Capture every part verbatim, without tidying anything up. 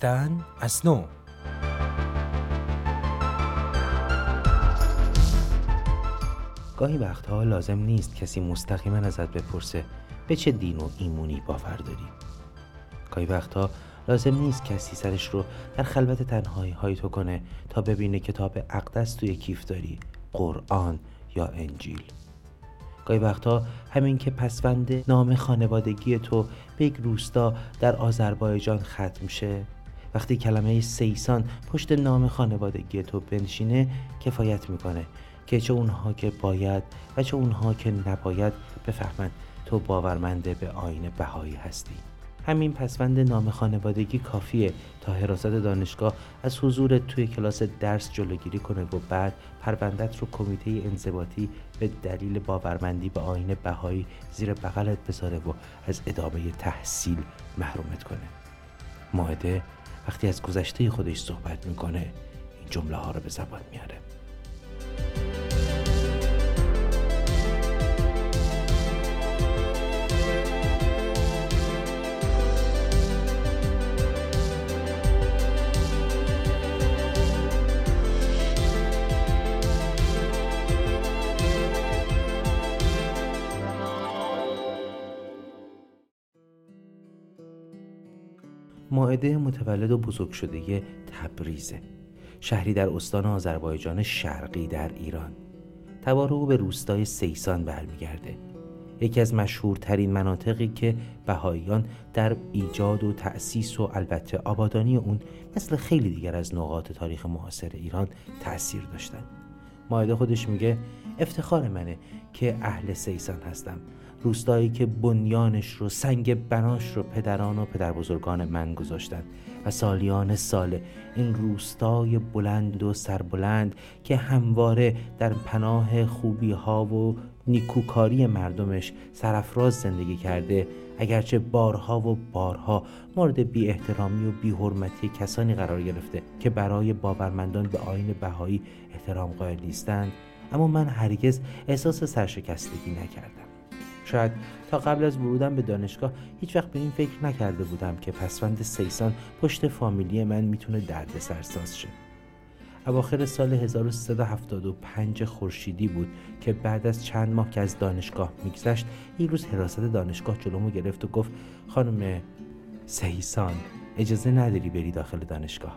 زیستن از نو. گاهی وقتها لازم نیست کسی مستقیما ازت بپرسه به چه دین و ایمونی باور داری. گاهی وقتها لازم نیست کسی سرش رو در خلوت تنهایی های تو کنه تا ببینه کتاب اقدس توی کیف داری، قرآن یا انجیل. گاهی وقتا همین که پسوند نام خانوادگی تو به یک روستا در آذربایجان ختم شه، وقتی کلمه سیسان پشت نام خانوادگی تو بنشینه کفایت میکنه که چه اونها که باید و چه اونها که نباید بفهمن تو باورمنده به آیین بهایی هستی. همین پسوند نام خانوادگی کافیه تا حراست دانشگاه از حضور توی کلاس درس جلوگیری کنه و بعد پروندت رو کمیته انضباطی به دلیل باورمندی به آیین بهایی زیر بغلت بذاره و از ادامه تحصیل محرومت کنه. مائده وقتی از گذشته خودش صحبت میکنه این جمله ها رو به زبان میاره. مائده متولد و بزرگ شده تبریزه، شهری در استان آذربایجان شرقی در ایران. تبار او به روستای سیسان برمیگرده، یکی از مشهورترین مناطقی که بهاییان در ایجاد و تأسیس و البته آبادانی اون مثل خیلی دیگر از نقاط تاریخ معاصر ایران تأثیر داشتن. مائده خودش میگه افتخار منه که اهل سیسان هستم، روستایی که بنیانش رو، سنگ بناش رو پدران و پدربزرگان من گذاشتن و سالیان سال این روستای بلند و سربلند که همواره در پناه خوبی ها و نیکوکاری مردمش سرافراز زندگی کرده، اگرچه بارها و بارها مورد بی احترامی و بی حرمتی کسانی قرار گرفته که برای باورمندان به آیین بهایی احترام قائل نیستند، اما من هرگز احساس سرشکستگی نکردم. شاید تا قبل از ورودم به دانشگاه هیچ وقت به این فکر نکرده بودم که پسوند سیسان پشت فامیلی من میتونه درد سرساز شه. اواخر سال هزار و سیصد و هفتاد و پنج خورشیدی بود که بعد از چند ماه که از دانشگاه میگذشت یک روز حراست دانشگاه جلومو گرفت و گفت خانم سیسان اجازه نداری بری داخل دانشگاه.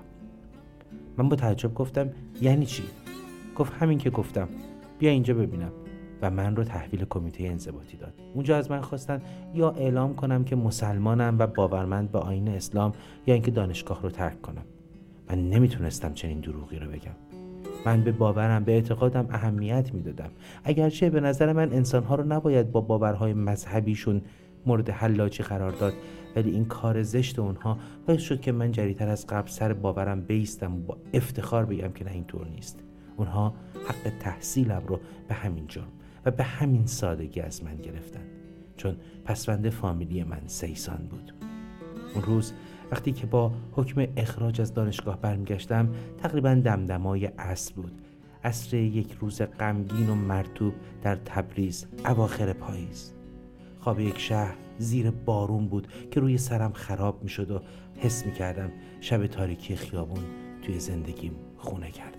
من با تعجب گفتم یعنی چی؟ گفت همین که گفتم، بیا اینجا ببینم، و من رو تحویل کمیته انضباطی داد. اونجا از من خواستن یا اعلام کنم که مسلمانم و باورمند به آیین اسلام یا اینکه دانشگاه رو ترک کنم. من نمیتونستم چنین دروغی رو بگم. من به باورم، به اعتقادم اهمیت میدادم، اگرچه به نظر من انسانها رو نباید با باورهای مذهبیشون مورد حلاجی قرار داد، ولی این کار زشت اونها باعث شد که من جری‌تر از قبل سر باورم بایستم و با افتخار بگم که نه اینطور نیست. اونها حق تحصیلم رو به همین جرم و به همین سادگی از من گرفتن، چون پسوند فامیلی من سیسان بود. اون روز وقتی که با حکم اخراج از دانشگاه برمیگشتم تقریبا دمدمای عصر بود، عصر یک روز غمگین و مرطوب در تبریز اواخر پاییز. خواب یک شهر زیر بارون بود که روی سرم خراب می شد و حس می کردم شب تاریکی خیابون توی زندگیم خونه کرده.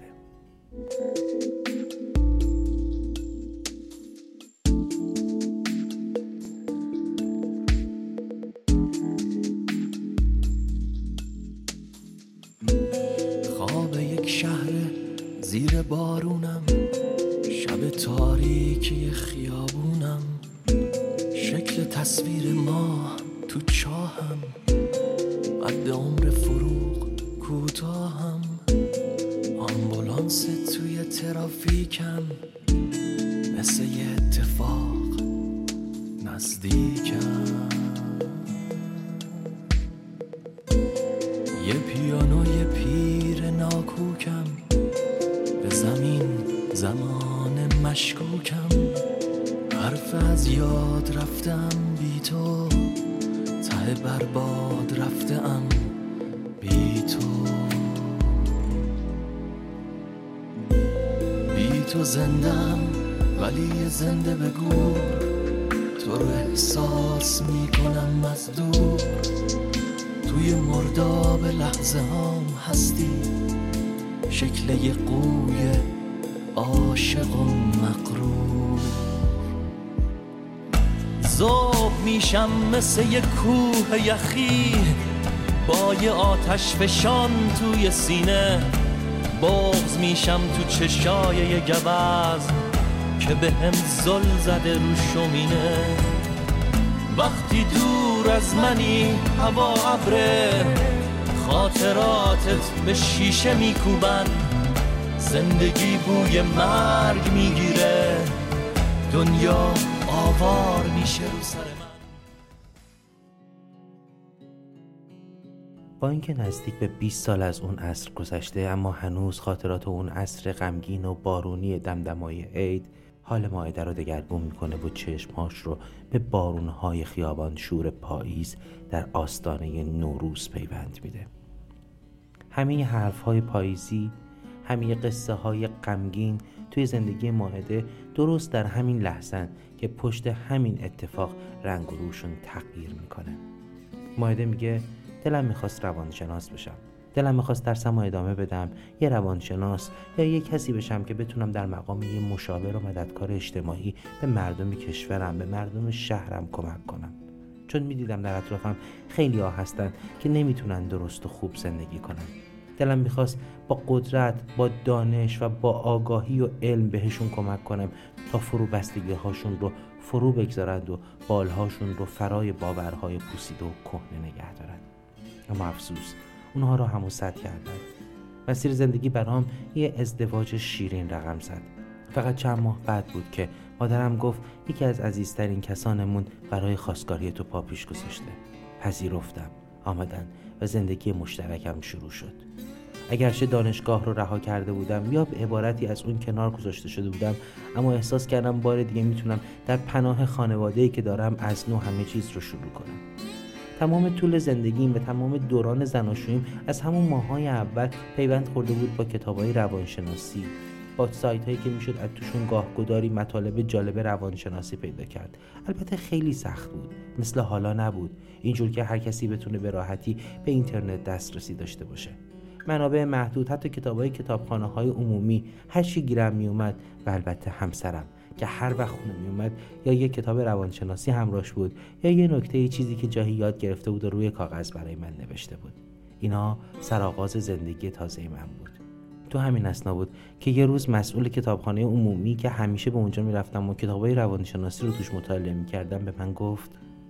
خواب یک شهر زیر بارونم، شب تاریکی خیابونم، شکل تصویر ما تو چاهم، قد عمر فروغ کوتاهم، آمبولانس توی ترافیکم، مثل یه اتفاق نزدیکم، یه پیانوی پیر ناکوکم، به زمین زمان مشکوکم، حرف از یاد رفتم بی تو، ته برباد رفتم بی تو، بی تو زندم ولی زنده بگو، تو رو احساس میکنم از دور، تو توی مرداب لحظه هم هستی، شکل یه قوی عاشق و مغرور. ذوب میشم مثل یه کوه یخی با یه آتش فشان توی سینه، بغض میشم تو چشای یه گوز که به هم زل زده رو شومینه. وقتی دور از منی هوا ابره، خاطراتت به شیشه میکوبن، زندگی بوی مرگ میگیره، دنیا آوار میشه رو سر من. با اینکه نزدیک به بیست سال از اون عصر گذشته، اما هنوز خاطرات اون عصر غمگین و بارونی دمدمای عید حال مائده رو دگرگون میکنه و چشمهاش رو به بارونهای خیابان شور پاییز در آستانه نوروز پیوند میده. همه حرفهای پاییزی، همه قصه های غمگین توی زندگی مائده درست در همین لحظه که پشت همین اتفاق رنگ و روشون تغییر میکنه. مائده میگه دلم میخواست روانشناس بشم، دلم میخواست درسم رو ادامه بدم، یه روانشناس یا یه کسی بشم که بتونم در مقام یه مشاور و مددکار اجتماعی به مردم کشورم، به مردم شهرم کمک کنم. چون میدیدم در اطرافم خیلی ها هستن که نمیتونن درست و خوب زندگی کنن. دلم میخواست با قدرت، با دانش و با آگاهی و علم بهشون کمک کنم تا فرو بستگی هاشون رو فرو بگذارند و بالهاشون رو فرای باورهای پوسیده و کهنه نگه دارن. اما افسوس اونها رو همو سد کردن. مسیر زندگی برام یه ازدواج شیرین رقم زد. فقط چند ماه بعد بود که مادرم گفت یکی از عزیزترین کسانمون برای خواستگاری تو پا پیش گذاشته. پذیرفتم، آمدن و زندگی مشترکم شروع شد. اگرچه دانشگاه رو رها کرده بودم یا به عبارتی از اون کنار گذاشته شده بودم، اما احساس کردم بار دیگه میتونم در پناه خانواده‌ای که دارم از نو همه چیز رو شروع کنم. تمام طول زندگیم و تمام دوران زناشوییم از همون ماهای اول پیوند خورده بود با کتابای روانشناسی، با سایت‌هایی که میشد از توشون گاهگداری مطالب جالب روانشناسی پیدا کرد. البته خیلی سخت بود، مثل حالا نبود، اینجور که هر کسی بتونه به راحتی به اینترنت دسترسی داشته باشه. منابع محدود، حتی کتابای کتابخانه‌های عمومی، هر چی گیرم میومد و البته همسرم که هر وقت خونه می اومد یا یه کتاب روانشناسی همراهش بود یا یه نکته یه چیزی که جایی یاد گرفته بود و روی کاغذ برای من نوشته بود. اینا سرآغاز زندگی تازه من بود. تو همین اثنا بود که یه روز مسئول کتابخانه عمومی که همیشه به اونجا میرفتم و کتابای روانشناسی رو توش مطالعه میکردم به من گفت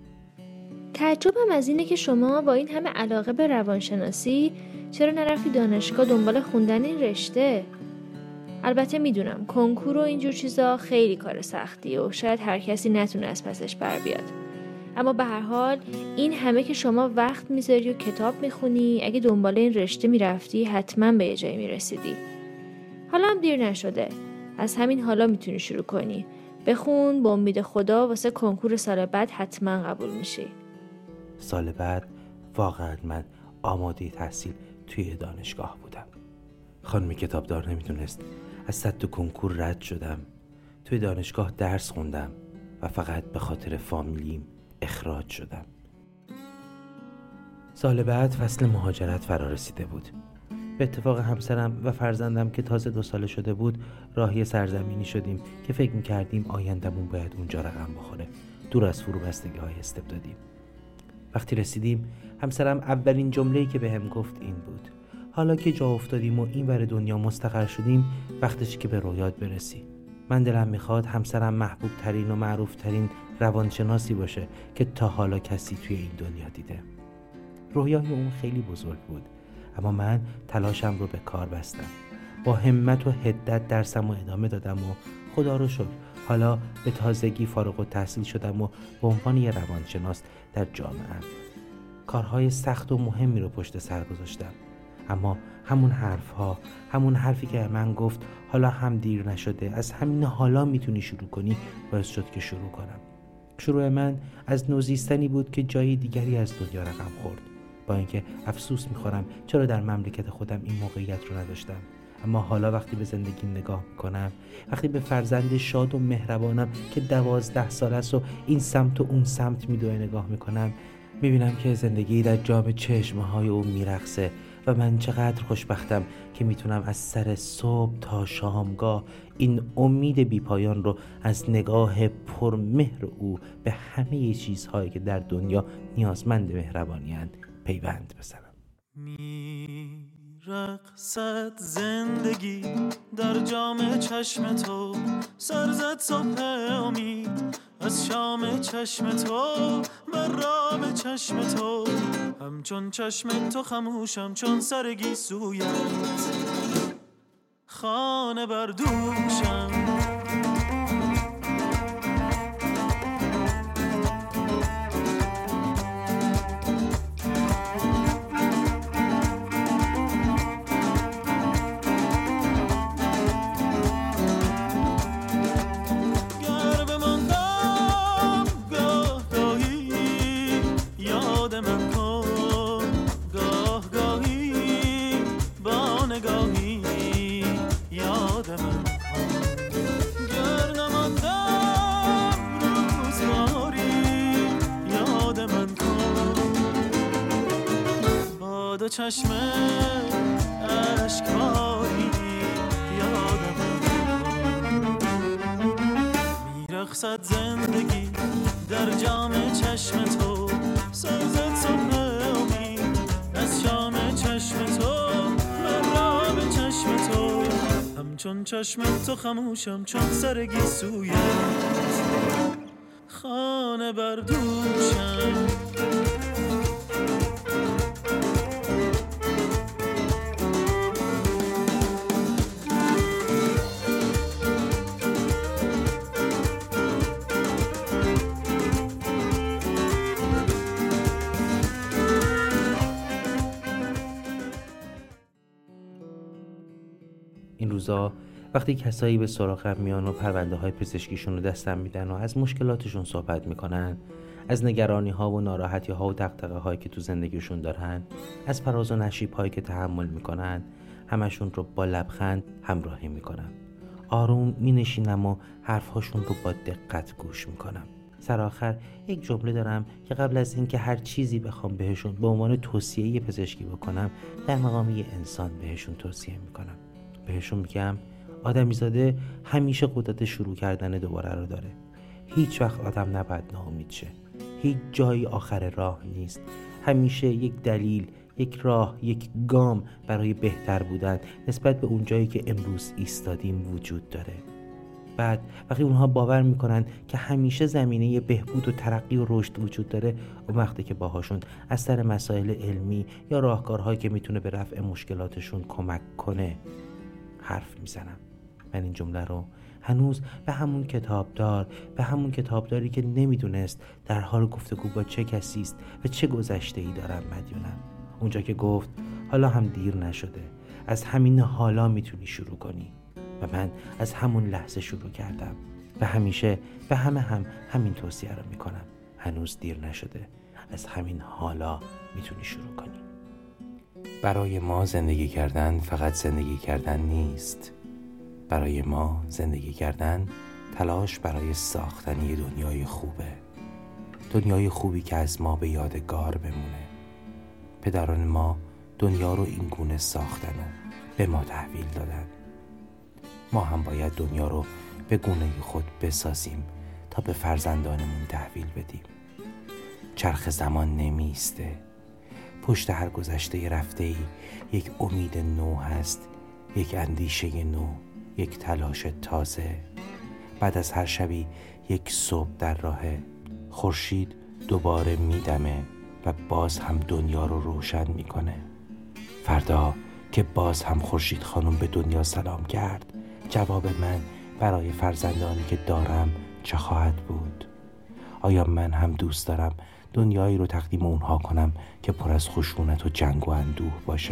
تعجبم از اینه که شما با این همه علاقه به روانشناسی چرا نرفتی دانشگاه دنبال خوندن این رشته؟ البته میدونم کنکور و اینجور چیزا خیلی کار سختیه و شاید هر کسی نتونه از پسش بر بیاد، اما به هر حال این همه که شما وقت میذاری و کتاب میخونی، اگه دنبال این رشته میرفتی حتما به یه جایی میرسیدی. حالا هم دیر نشده، از همین حالا میتونی شروع کنی. بخون، با امید خدا واسه کنکور سال بعد حتما قبول میشی. سال بعد واقعا من آماده تحصیل توی دانشگاه بودم. خانم کتابدار نمیدونست از صد تا کنکور رد شدم، توی دانشگاه درس خوندم و فقط به خاطر فامیلیم اخراج شدم. سال بعد فصل مهاجرت فرا رسیده بود. به اتفاق همسرم و فرزندم که تازه دو ساله شده بود راهی سرزمینی شدیم که فکر میکردیم آیندمون باید اونجا رقم بخوره، دور از فروبستگی های استبدادی. وقتی رسیدیم همسرم اولین جمله‌ای که بهم گفت این بود: حالا که جا افتادیم و این ور دنیا مستقر شدیم وقتشه که به رویات برسی. من دلم میخواد همسرم محبوب ترین و معروف ترین روانشناسی باشه که تا حالا کسی توی این دنیا دیده. رویای اون خیلی بزرگ بود، اما من تلاشم رو به کار بستم. با همت و حدت درسم رو ادامه دادم و خدا رو شکر حالا به تازگی فارغ التحصیل شدم و به عنوان یه روانشناس در جامعه‌ام کارهای سخت و مهمی رو پشت سر گذاشتم. اما همون حرف ها، همون حرفی که من گفت حالا هم دیر نشده، از همین حالا میتونی شروع کنی، باعث شد که شروع کنم. شروع من از نوزیستنی بود که جای دیگری از دنیا رقم خورد. با اینکه افسوس میخورم چرا در مملکت خودم این موقعیت رو نداشتم، اما حالا وقتی به زندگیم نگاه میکنم، وقتی به فرزند شاد و مهربانم که دوازده سال است و این سمت و اون سمت میدوه نگاه میکنم، میبینم که زندگی در جام چشمهای او میرقصه و من چقدر خوشبختم که میتونم از سر صبح تا شامگاه این امید بیپایان رو از نگاه پرمهر او به همه چیزهایی که در دنیا نیازمند مهربانی‌اند پیوند بزنم. میرقصد زندگی در جام چشم تو، سرزد صبح امید از شام چشم تو، مرام چشم تو، همچون چشم تو خموشم چون سرگی سویت، خانه بردوشم. چشم اشکباری یادم میرقصد زندگی در جام چشم تو، سرزد صبح امید از شام چشم تو، مرام چشم تو، همچون چشم تو خموشم چون سرگی سویت، خانه بردوشم. این روزا وقتی کسایی به سراغم میان و پرونده های پزشکیشون رو دستم میدن و از مشکلاتشون صحبت میکنن، از نگرانی ها و ناراحتی ها و دغدغه هایی که تو زندگیشون دارن، از فراز و نشیب هایی که تحمل میکنن، همشون رو با لبخند همراهی میکنم. آروم مینشینم و حرفهاشون رو با دقت گوش میکنم. سرآخر یک جمله دارم که قبل از اینکه هر چیزی بخوام بهشون به عنوان توصیه پزشکی بکنم، در مقام یه انسان بهشون توصیه میکنم. بهشون میگم آدمیزاده همیشه قدرت شروع کردن دوباره رو داره. هیچ وقت آدم نباید ناامید شه. هیچ جایی آخر راه نیست. همیشه یک دلیل، یک راه، یک گام برای بهتر بودن نسبت به اون جایی که امروز ایستادیم وجود داره. بعد وقتی اونها باور میکنن که همیشه زمینه بهبود و ترقی و رشد وجود داره، اون وقتی که باهاشون از سر مسائل علمی یا راهکارهایی که میتونه به رفع مشکلاتشون کمک کنه حرف میزنم. من این جمله رو هنوز به همون کتابدار، به همون کتابداری که نمیدونست در حال گفتگو با چه کسی است و چه گذشته‌ای دارم مدیونم. اونجا که گفت حالا هم دیر نشده، از همین حالا میتونی شروع کنی. و من از همون لحظه شروع کردم و همیشه به همه هم همین توصیه رو میکنم. هنوز دیر نشده، از همین حالا میتونی شروع کنی. برای ما زندگی کردن فقط زندگی کردن نیست. برای ما زندگی کردن تلاش برای ساختن یه دنیای خوبه. دنیای خوبی که از ما به یادگار بمونه. پدران ما دنیا رو این گونه ساختن و به ما تحویل دادن. ما هم باید دنیا رو به گونه خود بسازیم تا به فرزندانمون تحویل بدیم. چرخ زمان نمیسته. پشت هر گذشته رفته‌ای یک امید نو هست، یک اندیشه نو، یک تلاش تازه. بعد از هر شبی یک صبح در راهه. خورشید دوباره میدمه و باز هم دنیا رو روشن میکنه. فردا که باز هم خورشید خانم به دنیا سلام کرد، جواب من برای فرزندانی که دارم چه خواهد بود؟ آیا من هم دوست دارم دنیایی رو تقدیم اونها کنم که پر از خشونت و جنگ و اندوه باشه؟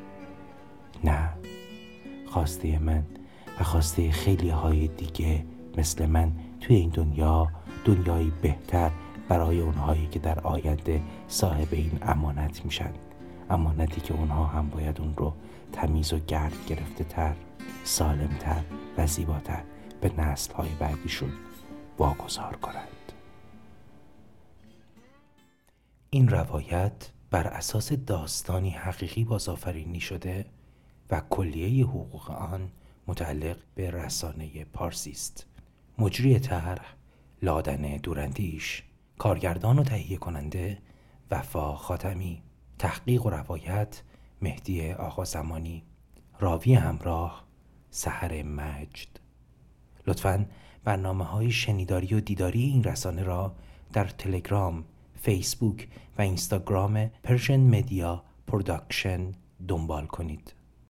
نه. خواسته من و خواسته خیلی های دیگه مثل من توی این دنیا دنیایی بهتر برای اونهایی که در آینده صاحب این امانت میشن. امانتی که اونها هم باید اون رو تمیز و گرد گرفته تر، سالم تر و زیباتر به نسل های بعدیشون واگذار کنند. این روایت بر اساس داستانی حقیقی بازآفرینی شده و کلیه حقوق آن متعلق به رسانه پارسی است. مجری طرح لادن دوراندیش، کارگردان و تهیه کننده وفا خاتمی، تحقیق و روایت مهدی آقازمانی، راوی همراه سحر مجد. لطفاً برنامه‌های شنیداری و دیداری این رسانه را در تلگرام، فیسبوک و اینستاگرام پرشن مدیا پروداکشن دنبال کنید.